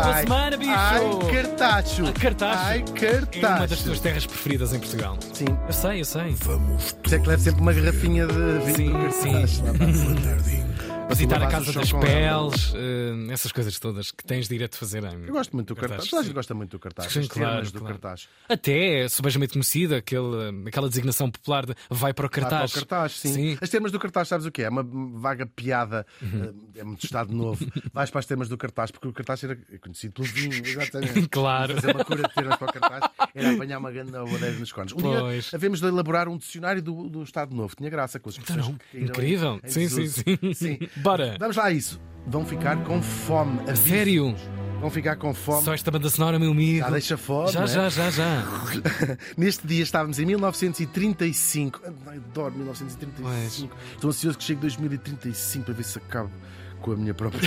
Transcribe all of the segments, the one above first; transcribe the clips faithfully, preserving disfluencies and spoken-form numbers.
boa Ai, semana, bicho! Ai, Cartacho! Ah, Cartacho. Ai, Cartacho! É uma das tuas terras preferidas em Portugal. Sim. Eu sei, eu sei. Vamos Por isso é que levo sempre uma garrafinha de vinho Sim, do Cartacho. sim. Lá para tardinho. Visitar a lavar o casa chão das com peles, eh, essas coisas todas que tens direito de fazer em. Eu gosto muito do Cartacho. Cartacho, Toda a gente sim. gosta muito do Cartacho. Sim, As claro, termas do claro. Cartacho. Até é subejamente conhecida aquele, aquela designação popular de vai para o Vai para cartaz. o Cartaz, sim. Sim. As termas do Cartaz, sabes o que é? É uma vaga piada, eh, é muito estado novo. Vais para as termas do Cartaz, porque o Cartaz era conhecido pelo vinho, exatamente. Claro. Fazer uma cura de termas para o Cartaz era apanhar uma grande bodeira nos cornos. Um Pois. dia havemos de elaborar um dicionário do, do Estado Novo. Tinha graça com as Então, expressões que caíram incrível. em- em Sim, sim, desuso. sim. Sim. Bora. Vamos lá a isso. Vão ficar com fome. A aviso. sério? Vão ficar com fome. Só esta banda sonora, meu amigo. Já deixa fome. Já, não é? já, já, já. Neste dia estávamos em mil novecentos e trinta e cinco. Ai, adoro mil novecentos e trinta e cinco. Estou ansioso que chegue dois mil e trinta e cinco para ver se acabo com a minha própria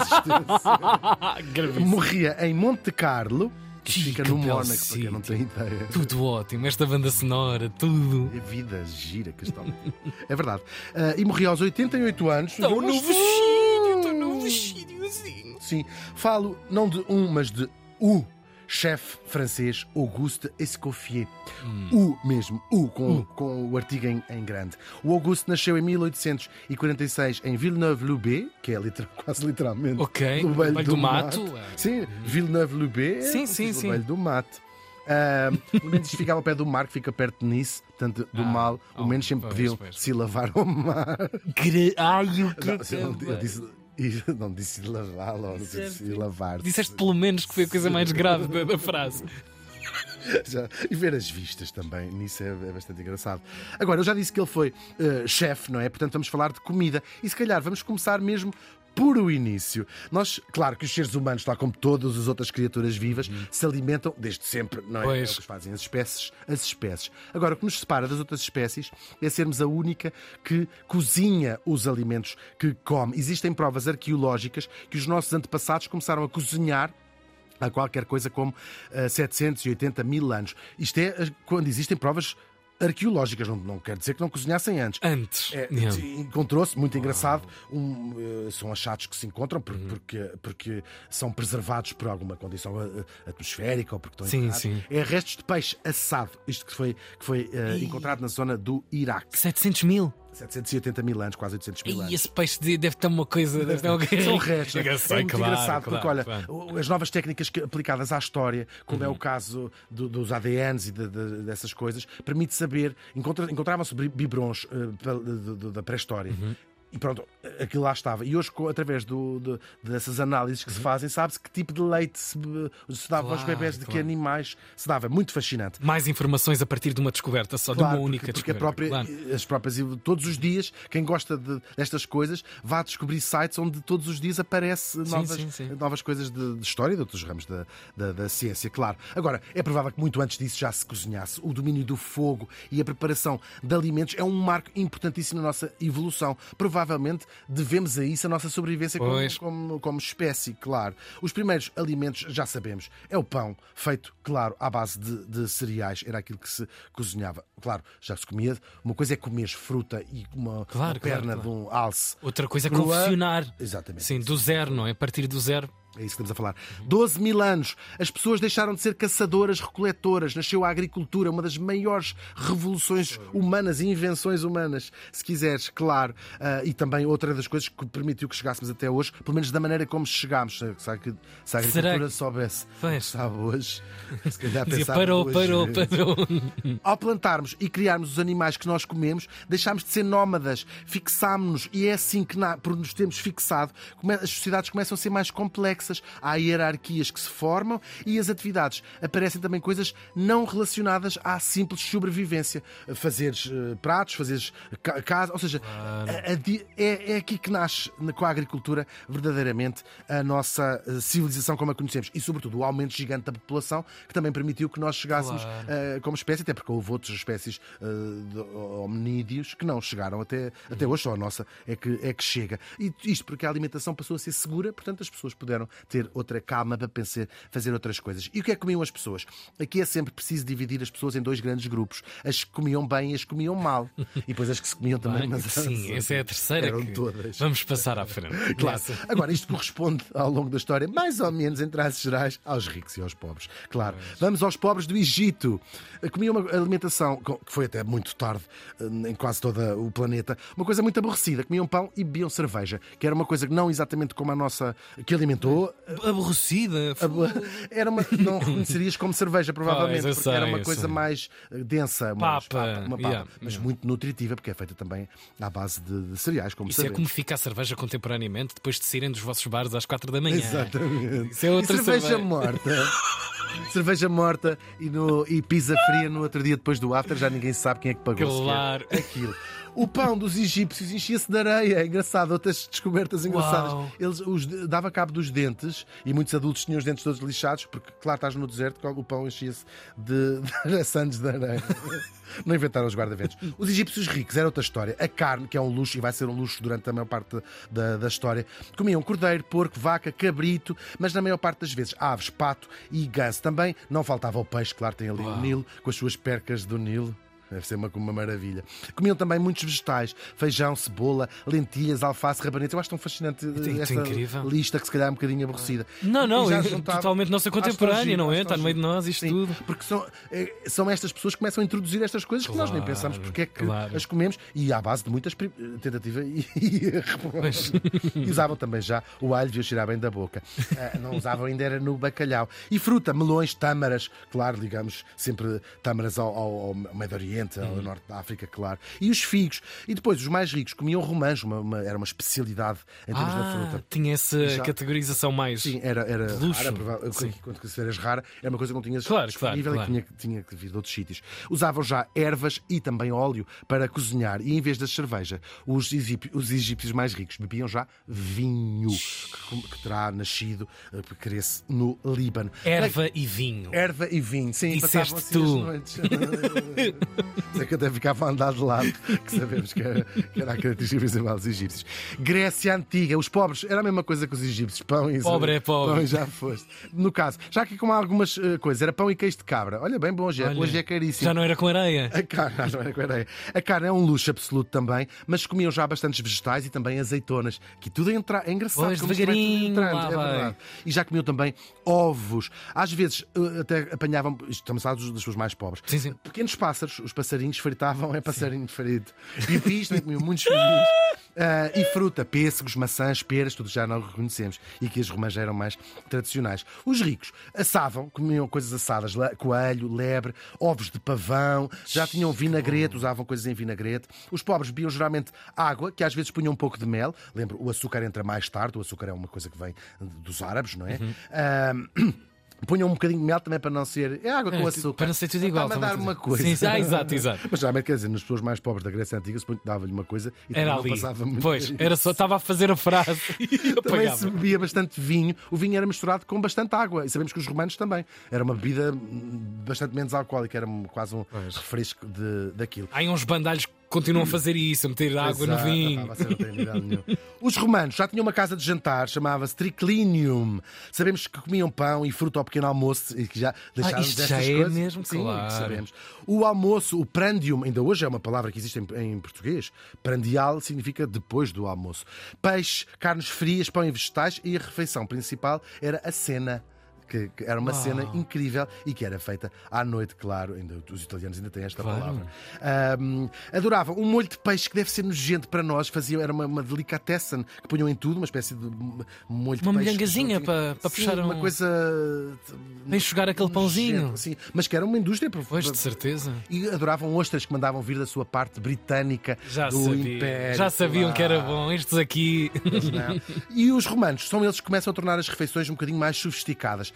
existência. Gravíssimo. Morria em Monte Carlo, que Ih, fica que no belo Mónaco, para quem não tem ideia. Tudo ótimo, esta banda sonora, tudo. É vida gira, Castelo. É verdade. Ah, e morria aos oitenta e oito anos. Estou no vestido, estou no vestidiozinho. Sim, falo não de um, mas de o chefe francês Auguste Escoffier. O mesmo, o com, com o artigo em, em grande. O Auguste nasceu em mil oitocentos e quarenta e seis em Villeneuve-Loubet, que é liter- quase literalmente Ok, no Belho Belho do, do Mato. Mato. Sim, Villeneuve-Loubet é Sim, sim, no sim. Belho do Mato. Ah, o menos ficava ao pé do mar, que fica perto de Nice, portanto, do Ah, mal, oh, o menos sempre pois, pediu pois. se lavar ao mar. Gra- Ai, o que Não, é que eu, é, não, eu bem? disse, eu não disse lavá-lo, não disse lavar. Disseste pelo menos que foi a coisa mais grave da, da frase. Já- E ver as vistas também, nisso é, é bastante engraçado. Agora, eu já disse que ele foi eh, chefe, não é? Portanto, vamos falar de comida. E se calhar vamos começar mesmo por o início. Nós, claro que os seres humanos, tal como todas as outras criaturas vivas, se alimentam desde sempre, não é? Pois. É o que fazem as espécies, as espécies. Agora, o que nos separa das outras espécies é sermos a única que cozinha os alimentos que come. Existem provas arqueológicas que os nossos antepassados começaram a cozinhar há qualquer coisa como uh, setecentos e oitenta mil anos. Isto é uh, quando existem provas arqueológicas, não, não quer dizer que não cozinhassem antes. Antes. É, Yeah. encontrou-se, muito engraçado, um, eh, são achados que se encontram por- Uhum. porque, porque são preservados por alguma condição eh, atmosférica ou porque estão Sim, enterrados. sim. É restos de peixe assado, isto que foi, que foi eh, Ih. encontrado na zona do Iraque. setecentos mil. setecentos e oitenta mil anos, quase oitocentos mil E anos. esse peixe de- deve ter uma coisa. Deve ter uma coisa. São restos. Eu É sei, muito claro, engraçado, claro, porque olha, claro. as novas técnicas que- aplicadas à história, como é Uhum. o caso do- dos A D Ns e de- de- dessas coisas, permite saber. encontra- Encontravam-se bi- biberons eh, pel- de- de- da pré-história. Uhum. E pronto, aquilo lá estava. E hoje, co- através do, do- dessas análises que se fazem, sabe-se que tipo de leite se, se dava aos Uhum. Claro, bebés, de que claro. animais se dava. Muito fascinante. Mais informações a partir de uma descoberta, só de Claro, uma única porque, porque a descoberta. própria, Claro. as próprias, todos os dias, quem gosta de- destas coisas, vá descobrir sites onde todos os dias aparece novas, sim, sim. novas coisas de, de história, de outros ramos da, da, da ciência, claro. Agora, é provável que muito antes disso já se cozinhasse. O domínio do fogo e a preparação de alimentos é um marco importantíssimo na nossa evolução. Provavelmente devemos a isso a nossa sobrevivência como, Pois. como, como espécie, claro. Os primeiros alimentos, já sabemos, é o pão, feito, claro, à base de, de cereais. Era aquilo que se cozinhava. Claro, já se comia. Uma coisa é comer fruta e uma, Claro, uma perna claro, de um alce. Outra coisa é Crua. confeccionar. Exatamente. Sim, do zero, não é? A partir do zero. É isso que estamos a falar. doze mil anos. As pessoas deixaram de ser caçadoras, recoletoras. Nasceu a agricultura, uma das maiores revoluções humanas e invenções humanas, se quiseres, claro. Ah, e também outra das coisas que permitiu que chegássemos até hoje, pelo menos da maneira como chegámos. Se a, se a agricultura Será que- soubesse, Pois. sabe hoje, se calhar Dizia, pensava parou, duas parou, vezes. parou. Ao plantarmos e criarmos os animais que nós comemos, deixámos de ser nómadas, fixámos-nos e é assim que, na- por nos termos fixado, come- as sociedades começam a ser mais complexas. Há hierarquias que se formam e as atividades. Aparecem também coisas não relacionadas à simples sobrevivência. Fazeres eh, pratos, fazeres ca- casa, ou seja, a- a di- é, é aqui que nasce na- com a agricultura verdadeiramente a nossa eh, civilização como a conhecemos e, sobretudo, o aumento gigante da população que também permitiu que nós chegássemos Claro. eh, como espécie, até porque houve outras espécies espécies uh, de hominídeos que não chegaram até, até hoje, só a nossa é que, é que chega. E isto porque a alimentação passou a ser segura, portanto as pessoas puderam ter outra calma para pensar, fazer outras coisas. E o que é que comiam as pessoas? Aqui é sempre preciso dividir as pessoas em dois grandes grupos. As que comiam bem e as que comiam mal. E depois as que se comiam também. Bem, Mas sim, essa é a terceira. Eram que todas. Vamos passar à frente. Claro. Agora, isto corresponde ao longo da história, mais ou menos, em traços gerais, aos ricos e aos pobres. Claro. Vamos aos pobres do Egito. Comiam uma alimentação que foi até muito tarde em quase todo o planeta. Uma coisa muito aborrecida. Comiam pão e bebiam cerveja, que era uma coisa que não exatamente como a nossa, que alimentou. Aborrecida. Era uma, não reconhecerias como cerveja, provavelmente, pois, porque sei, era uma coisa sei. mais densa, uma Papa. papa, uma papa, Yeah, mas yeah. muito nutritiva, porque é feita também à base de, de cereais, como Isso é sabemos. como fica a cerveja contemporaneamente depois de saírem dos vossos bares às quatro da manhã. Exatamente. Isso é outra e cerveja cerveja. morta. Cerveja morta e, no, e pizza fria no outro dia depois do after, já ninguém sabe quem é que pagou Claro. sequer aquilo. O pão dos egípcios enchia-se de areia. É engraçado, outras descobertas engraçadas. Uau. Eles os, dava cabo dos dentes e muitos adultos tinham os dentes todos lixados, porque, claro, estás no deserto, o pão enchia-se de, de sandes de areia. Não inventaram os guarda-ventos. Os egípcios ricos era outra história. A carne, que é um luxo e vai ser um luxo durante a maior parte da, da história, comiam cordeiro, porco, vaca, cabrito, mas na maior parte das vezes aves, pato e ganso. Também não faltava o peixe, claro, tem ali Uau. o Nilo, com as suas percas do Nilo. Deve ser uma, uma maravilha. Comiam também muitos vegetais. Feijão, cebola, lentilhas, alface, rabanetes. Eu acho tão fascinante é esta incrível. lista, que se calhar é um bocadinho aborrecida. Não, não, E já é juntava- totalmente nossa Acho tão contemporânea, giro, não acho é? tão Está no meio de giro. nós isto Sim, tudo. porque são, é, são estas pessoas que começam a introduzir estas coisas que nós nem Claro, pensamos porque é que claro. as comemos, e à base de muitas pri- tentativa e, e erro. E usavam também já o alho, viu cheirar bem da boca. Ah, não usavam ainda, era no bacalhau. E fruta, melões, tâmaras, claro, digamos, sempre tâmaras ao, ao, ao Médio Oriente, ao Uhum. Norte da África, claro. E os figos. E depois, os mais ricos comiam romãs, uma, uma- era uma especialidade em termos da Ah, fruta. tinha essa Já- categorização mais. Sim, era, era de luxo. rara, prova- Sim. quando consideras rara, era uma coisa que não tinhas Claro, disponível claro, e que tinha, tinha que vir de outros sítios. Usavam já ervas e também óleo para cozinhar, e em vez da cerveja, os, egípcios, os egípcios mais ricos bebiam já vinho, que, que terá nascido, eh, que cresce no Líbano. Erva e vinho. Erva e vinho, sim, Disseste passavam assim tu. as noites. Sei que até ficava a andar de lado, que sabemos que era, que era a característica principal dos egípcios. Grécia Antiga, os pobres, era a mesma coisa que os egípcios. Pão e Pobre é pobre. Pão e já foste. No caso, já aqui com algumas uh, coisas, era pão e queijo de cabra. Olha bem, bom, hoje, é- Olha, hoje é caríssimo. Já não era com areia. A carne, não era com areia. A carne é um luxo absoluto também, mas comiam já bastantes vegetais e também azeitonas, que tudo entra... é engraçado. Pois, como isto vai tudo devagarinho, entrando, lá é vai. verdade. E já comiam também ovos. Às vezes uh, até apanhavam, isto estamos a falar dos- das pessoas mais pobres, Sim, sim. pequenos pássaros, os passarinhos fritavam, é passarinho frito. E fiz, também comiam muitos filhinhos. Ah, e fruta, pêssegos, maçãs, peras, tudo já não reconhecemos. E que as romãs já eram mais tradicionais. Os ricos assavam, comiam coisas assadas, le- coelho, lebre, ovos de pavão, já tinham vinagrete, usavam coisas em vinagrete. Os pobres bebiam geralmente água, que às vezes punham um pouco de mel. Lembro, o açúcar entra mais tarde, o açúcar é uma coisa que vem dos árabes, não é? Ah, punham um bocadinho de mel também para não ser. É água com É, açúcar. para não ser tudo igual. Está-me a dar também. uma coisa. Sim, sim, ah, exato, exato. Mas geralmente, quer dizer, nas pessoas mais pobres da Grécia Antiga, suponho que dava-lhe uma coisa e Era também ali. não passava muito. Pois, era só, estava a fazer a frase e Também apagava. se bebia bastante vinho. O vinho era misturado com bastante água. E sabemos que os romanos também. Era uma bebida hum, bastante menos alcoólica. Era um- quase um Pois. refresco de, daquilo. Há uns bandalhos que continuam a fazer isso, a meter água no Exato, vinho. não, não tem nível nenhum. Os romanos já tinham uma casa de jantar, chamava-se Triclinium. Sabemos que comiam pão e fruta ao pequeno almoço e que já deixaram isto destas já é coisas. mesmo, Sim, claro. sabemos. O almoço, o prandium, ainda hoje é uma palavra que existe em, em português. Prandial significa depois do almoço. Peixe, carnes frias, pão e vegetais, e a refeição principal era a cena. Que, que era uma Uau. cena incrível e que era feita à noite, claro. Ainda, os italianos ainda têm esta Claro. palavra. Ahm, adoravam um molho de peixe que deve ser nojento para nós. Faziam, era uma, uma delicatessen que punham em tudo, uma espécie de m- molho de Uma peixe. molhangazinha que para- para Sim, puxar uma um- coisa. Para enxugar aquele pãozinho. nojento, sim. Mas que era uma indústria. Pois, de certeza. E adoravam ostras que mandavam vir da sua parte britânica Já do sabia. Império. Já sabiam que era Claro. bom. Estes aqui. Não. E os romanos são eles que começam a tornar as refeições um bocadinho mais sofisticadas.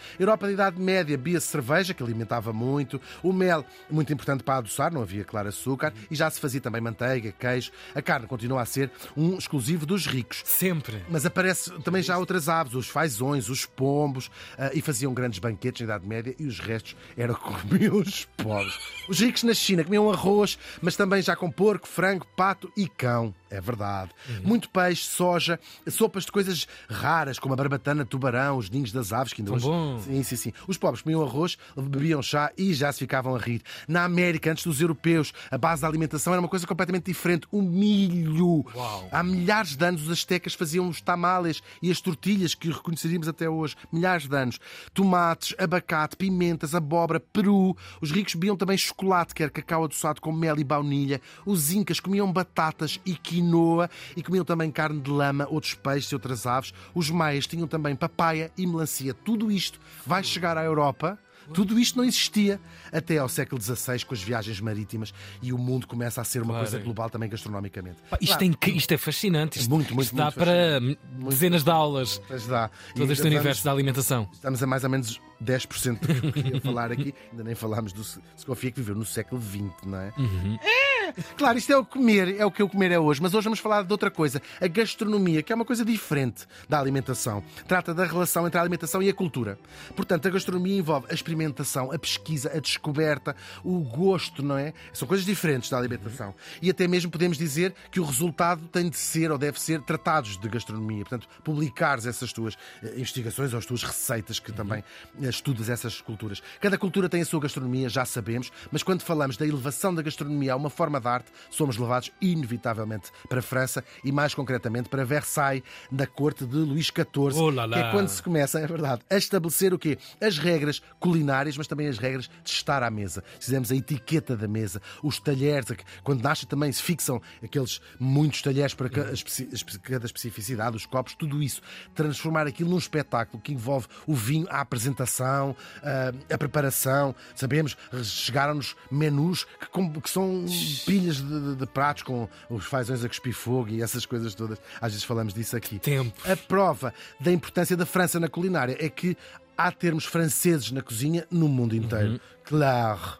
Europa da Idade Média, bebia-se cerveja, que alimentava muito. O mel, muito importante para adoçar, não havia, claro, açúcar. E já se fazia também manteiga, queijo. A carne continua a ser um exclusivo dos ricos. Sempre. Mas aparece também já outras aves, os fazões, os pombos, uh, e faziam grandes banquetes na Idade Média, e os restos eram que comiam os pobres. Os ricos na China comiam arroz, mas também já com porco, frango, pato e cão. É verdade. Uhum. Muito peixe, soja, sopas de coisas raras, como a barbatana, tubarão, os ninhos das aves, que ainda hoje... bom. Sim, sim, sim. Os pobres comiam arroz, bebiam chá e já se ficavam a rir. Na América, antes dos europeus, a base da alimentação era uma coisa completamente diferente. O milho. Uau. Há milhares de anos os astecas faziam os tamales e as tortilhas que reconheceríamos até hoje. Milhares de anos. Tomates, abacate, pimentas, abóbora, peru. Os ricos bebiam também chocolate, que era cacau adoçado com mel e baunilha. Os incas comiam batatas e quinoa e comiam também carne de lama, outros peixes e outras aves. Os maias tinham também papaya e melancia. Tudo isto vai chegar à Europa. Tudo isto não existia até ao século dezasseis, com as viagens marítimas, e o mundo começa a ser uma Claro. coisa global também gastronomicamente. Pá, isto, Claro, é inc- isto é fascinante. Isto, Muito, muito, isto dá muito para dezenas de aulas. mas dá. E Todo este ainda universo vamos- da alimentação. Estamos a mais ou menos dez por cento do que eu queria falar aqui. Ainda nem falámos do Scofier, que viveu no século vinte, não é? Uhum. Claro, isto é o comer, é o que eu comer é hoje, mas hoje vamos falar de outra coisa, a gastronomia, que é uma coisa diferente da alimentação. Trata da relação entre a alimentação e a cultura. Portanto, a gastronomia envolve a experimentação, a pesquisa, a descoberta, o gosto, não é? São coisas diferentes da alimentação. E até mesmo podemos dizer que o resultado tem de ser ou deve ser tratados de gastronomia. Portanto, publicares essas tuas eh, investigações ou as tuas receitas, que também eh, estudas essas culturas. Cada cultura tem a sua gastronomia, já sabemos, mas quando falamos da elevação da gastronomia a uma forma de arte, somos levados inevitavelmente para a França e mais concretamente para Versailles, na corte de Luís catorze, Oh lá que é lá. quando se começa, é verdade, a estabelecer o quê? As regras culinárias, mas também as regras de estar à mesa. Fizemos a etiqueta da mesa, os talheres, quando nasce também se fixam aqueles muitos talheres para ca- especi- espe- cada especificidade, os copos, tudo isso. Transformar aquilo num espetáculo que envolve o vinho, a apresentação, a, a preparação. Sabemos, chegaram-nos menus que, com- que são pilhas de, de- de pratos com os fazões a cuspir fogo e essas coisas todas. Às vezes falamos disso aqui. Tempo. A prova da importância da França na culinária é que há termos franceses na cozinha no mundo inteiro. Claro.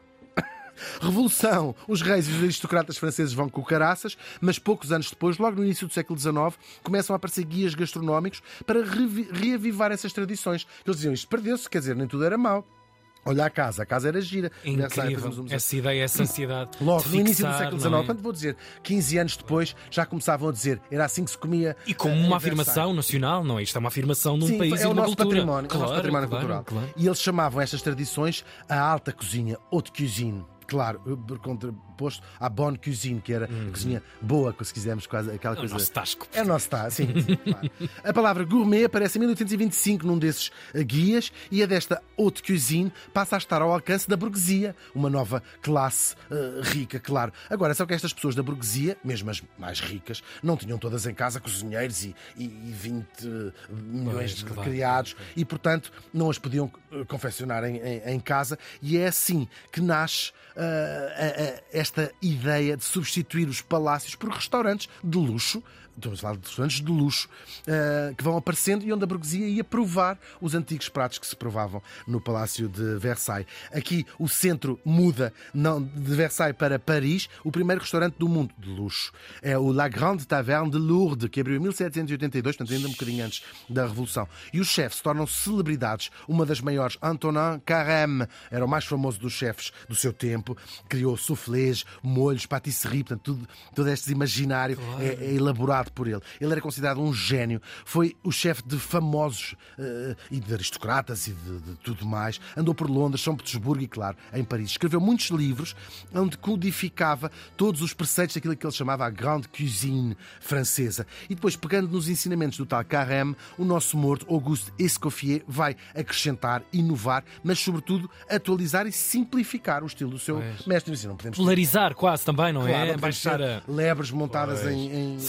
Revolução. Os reis e os aristocratas franceses vão com caraças, mas poucos anos depois, logo no início do século dezenove, começam a aparecer guias gastronómicos para revi- reavivar essas tradições. Eles diziam, isto perdeu-se, quer dizer, nem tudo era mau. Olha a casa, a casa era gira. Versailles, fazemos Incrível. um- Essa ideia, essa ansiedade. Logo, de no início do fixar, século não dezenove, é? quando vou dizer quinze anos depois, já começavam a dizer, era assim que se comia. E como eh, em uma Versailles. afirmação nacional, não é? Isto é uma afirmação de um Sim, país é e de o uma nosso cultura. património, é o nosso património claro, cultural. claro. E eles chamavam estas tradições a alta cozinha, haute cuisine. Claro, por contraposto à bonne cuisine, que era cozinha boa, se quisermos, quase aquela É o coisa. nosso tasco. É o nosso tá, sim. sim, claro. A palavra gourmet aparece em mil oitocentos e vinte e cinco num desses eh, guias, e a desta haute cuisine passa a estar ao alcance da burguesia, uma nova classe eh, rica, claro. Agora, só que estas pessoas da burguesia, mesmo as mais ricas, não tinham todas em casa cozinheiros e, e, e vinte milhões Pois, de claro. criados, e portanto não as podiam eh, confeccionar em, em- em casa, e é assim que nasce ah, a- a- esta ideia de substituir os palácios por restaurantes de luxo. Estamos a falar de restaurantes de luxo ah, que vão aparecendo e onde a burguesia ia provar os antigos pratos que se provavam no Palácio de Versailles. Aqui o centro muda não de Versailles para Paris. O primeiro restaurante do mundo de luxo é o La Grande Taverne de Lourdes, que abriu em mil setecentos e oitenta e dois, portanto ainda um bocadinho antes da Revolução. E os chefes tornam celebridades. Uma das maiores, Antonin Carême, era o mais famoso dos chefes do seu tempo. Criou soufflés, molhos, patisserie, portanto tudo, todo este imaginário é, é elaborado por ele. Ele era considerado um gênio. Foi o chefe de famosos eh, e de aristocratas e de, de tudo mais. Andou por Londres, São Petersburgo e, claro, em Paris. Escreveu muitos livros onde codificava todos os preceitos daquilo que ele chamava a grande cuisine francesa. E depois, pegando nos ensinamentos do tal Carême, o nosso morto, Auguste Escoffier, vai acrescentar, inovar, mas, sobretudo, atualizar e simplificar o estilo do seu Pois. mestre. Assim, não podemos Polarizar quase também, não Claro, é? não podemos Baixar ter a... lebres montadas Pois. em, em, Sim, sim,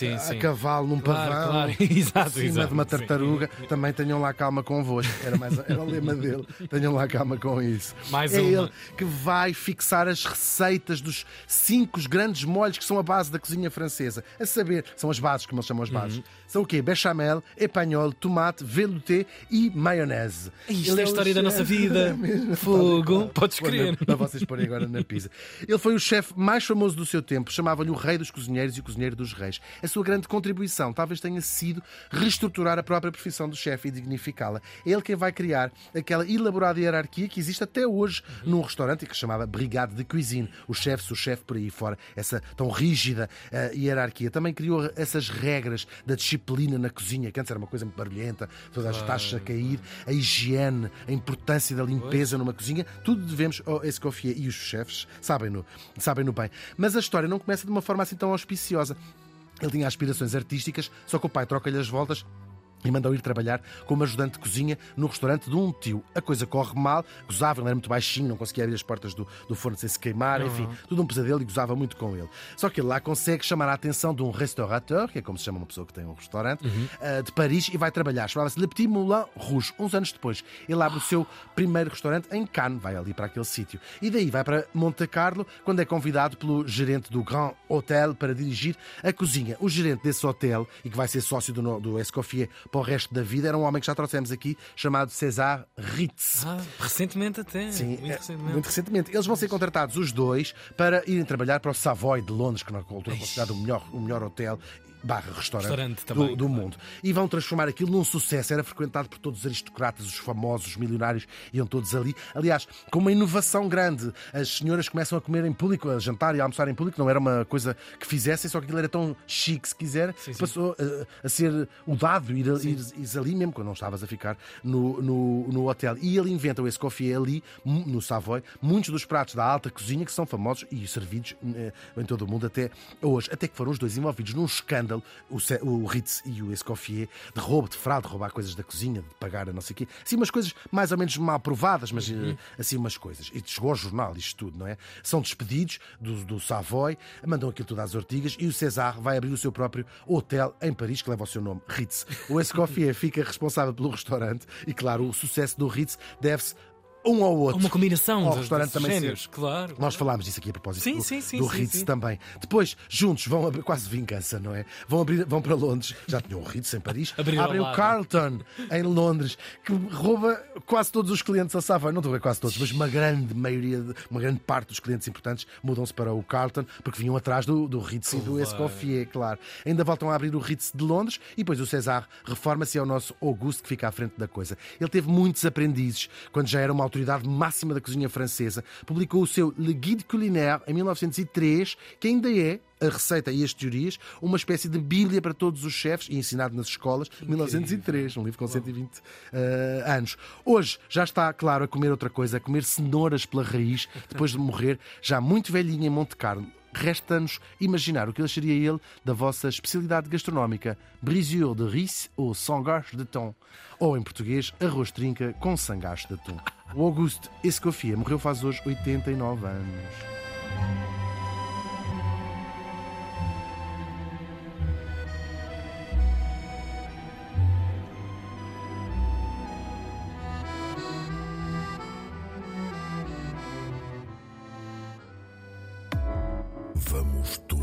sim, a sim. cavalo num Claro, pavão, claro. Exato, em cima exato, de uma sim. tartaruga, também tenham lá calma convosco. Era, mais, era o lema dele, tenham lá calma com isso. Mais é uma. ele que vai fixar as receitas dos cinco grandes molhos que são a base da cozinha francesa. A saber, são as bases, como eles chamam as bases. Uhum. São o quê? Bechamel, espanhol, tomate, velouté e maionese. Isto Ele é a o história da chefe- nossa vida. Mesmo, Fogo, tal e qual. podes Pôr na- crer. Para vocês porem agora na pizza. Ele foi o chefe mais famoso do seu tempo. Chamavam-lhe o rei dos cozinheiros e o cozinheiro dos reis. A sua grande contribuição talvez tenha sido reestruturar a própria profissão do chefe e dignificá-la. É ele quem vai criar aquela elaborada hierarquia que existe até hoje num restaurante que se chamava Brigade de Cuisine. O chefe, o chefe por aí fora. Essa tão rígida uh, hierarquia. Também criou essas regras da disciplina na cozinha, que antes era uma coisa muito barulhenta, todas as taxas a cair, a higiene, a importância da limpeza numa cozinha. Tudo devemos ao Escoffier, e os chefes sabem-no, sabem-no bem. Mas a história não começa de uma forma assim tão auspiciosa. Ele tinha aspirações artísticas, só que o pai troca-lhe as voltas e mandou ir trabalhar como ajudante de cozinha no restaurante de um tio. A coisa corre mal, gozava, ele era muito baixinho, não conseguia abrir as portas do, do forno sem se queimar, Uhum. enfim, tudo um pesadelo, e gozava muito com ele. Só que ele lá consegue chamar a atenção de um restaurateur, que é como se chama uma pessoa que tem um restaurante, Uhum. uh, de Paris, e vai trabalhar. Chamava-se Le Petit Moulin Rouge. Uns anos depois, ele abre o seu primeiro restaurante em Cannes, vai ali para aquele sítio. E daí vai para Monte Carlo, quando é convidado pelo gerente do Grand Hotel para dirigir a cozinha. O gerente desse hotel, e que vai ser sócio do, do Escoffier para o resto da vida, era um homem que já trouxemos aqui, chamado César Ritz. Ah, recentemente até. Sim, muito é, recentemente. muito recentemente. Eles vão ser contratados os dois para irem trabalhar para o Savoy de Londres, que na altura é considerado o melhor, o melhor hotel barra restaurante, Restaurante também, do, do claro. mundo. E vão transformar aquilo num sucesso. Era frequentado por todos os aristocratas, os famosos, os milionários, iam todos ali. Aliás, com uma inovação grande. As senhoras começam a comer em público, a jantar e a almoçar em público. Não era uma coisa que fizessem, só que aquilo era tão chique, se quiser, Sim, sim. passou a, a ser o dado, ir, a- ir, ir ali mesmo, quando não estavas a ficar no, no, no hotel. E ele inventa o Escoffier ali, mu- no Savoy, muitos dos pratos da alta cozinha que são famosos e servidos eh, em todo o mundo até hoje. Até que foram os dois envolvidos num escândalo, o, Ce- o Ritz e o Escoffier, de roubo, de fraude, de roubar coisas da cozinha, de pagar a não sei o quê. Assim, umas coisas mais ou menos mal provadas, mas eh, assim umas coisas. E chegou ao jornal isto tudo, não é? São despedidos do, do Savoy, mandam aquilo tudo às ortigas, e o César vai abrir o seu próprio hotel em Paris, que leva o seu nome, Ritz. O Escoffier fica responsável pelo restaurante e, claro, o sucesso do Ritz deve-se um ao outro. Uma combinação Ao de, restaurante de também géneros, ser- claro. Nós falámos disso aqui a propósito Sim, do, sim, sim, do sim, Ritz sim. também. Depois, juntos, vão abrir, quase vingança, não é? Vão, abrir, vão para Londres, já tinham o Ritz em Paris, Abriram abrem lá, o Carlton em Londres, que rouba quase todos os clientes a Savoy. Não estou a ver quase todos, mas uma grande maioria, de- uma grande parte dos clientes importantes mudam-se para o Carlton, porque vinham atrás do, do Ritz e do Claro. Escoffier, claro. Ainda voltam a abrir o Ritz de Londres e depois o César reforma-se, é o nosso Auguste que fica à frente da coisa. Ele teve muitos aprendizes quando já era uma autoridade máxima da cozinha francesa. Publicou o seu Le Guide Culinaire em mil novecentos e três, que ainda é a receita e as teorias, uma espécie de bíblia para todos os chefes e ensinado nas escolas, em mil novecentos e três, um livro com cento e vinte eh, anos. Hoje já está, claro, a comer outra coisa, a comer cenouras pela raiz, depois de morrer, já muito velhinho em Monte Carlo. Resta-nos imaginar o que acharia ele da vossa especialidade gastronómica, brisure de riz ou sangache de thon, ou em português, arroz trinca com sangache de atum. O Auguste Escoffier morreu faz hoje oitenta e nove anos. Vamos todos.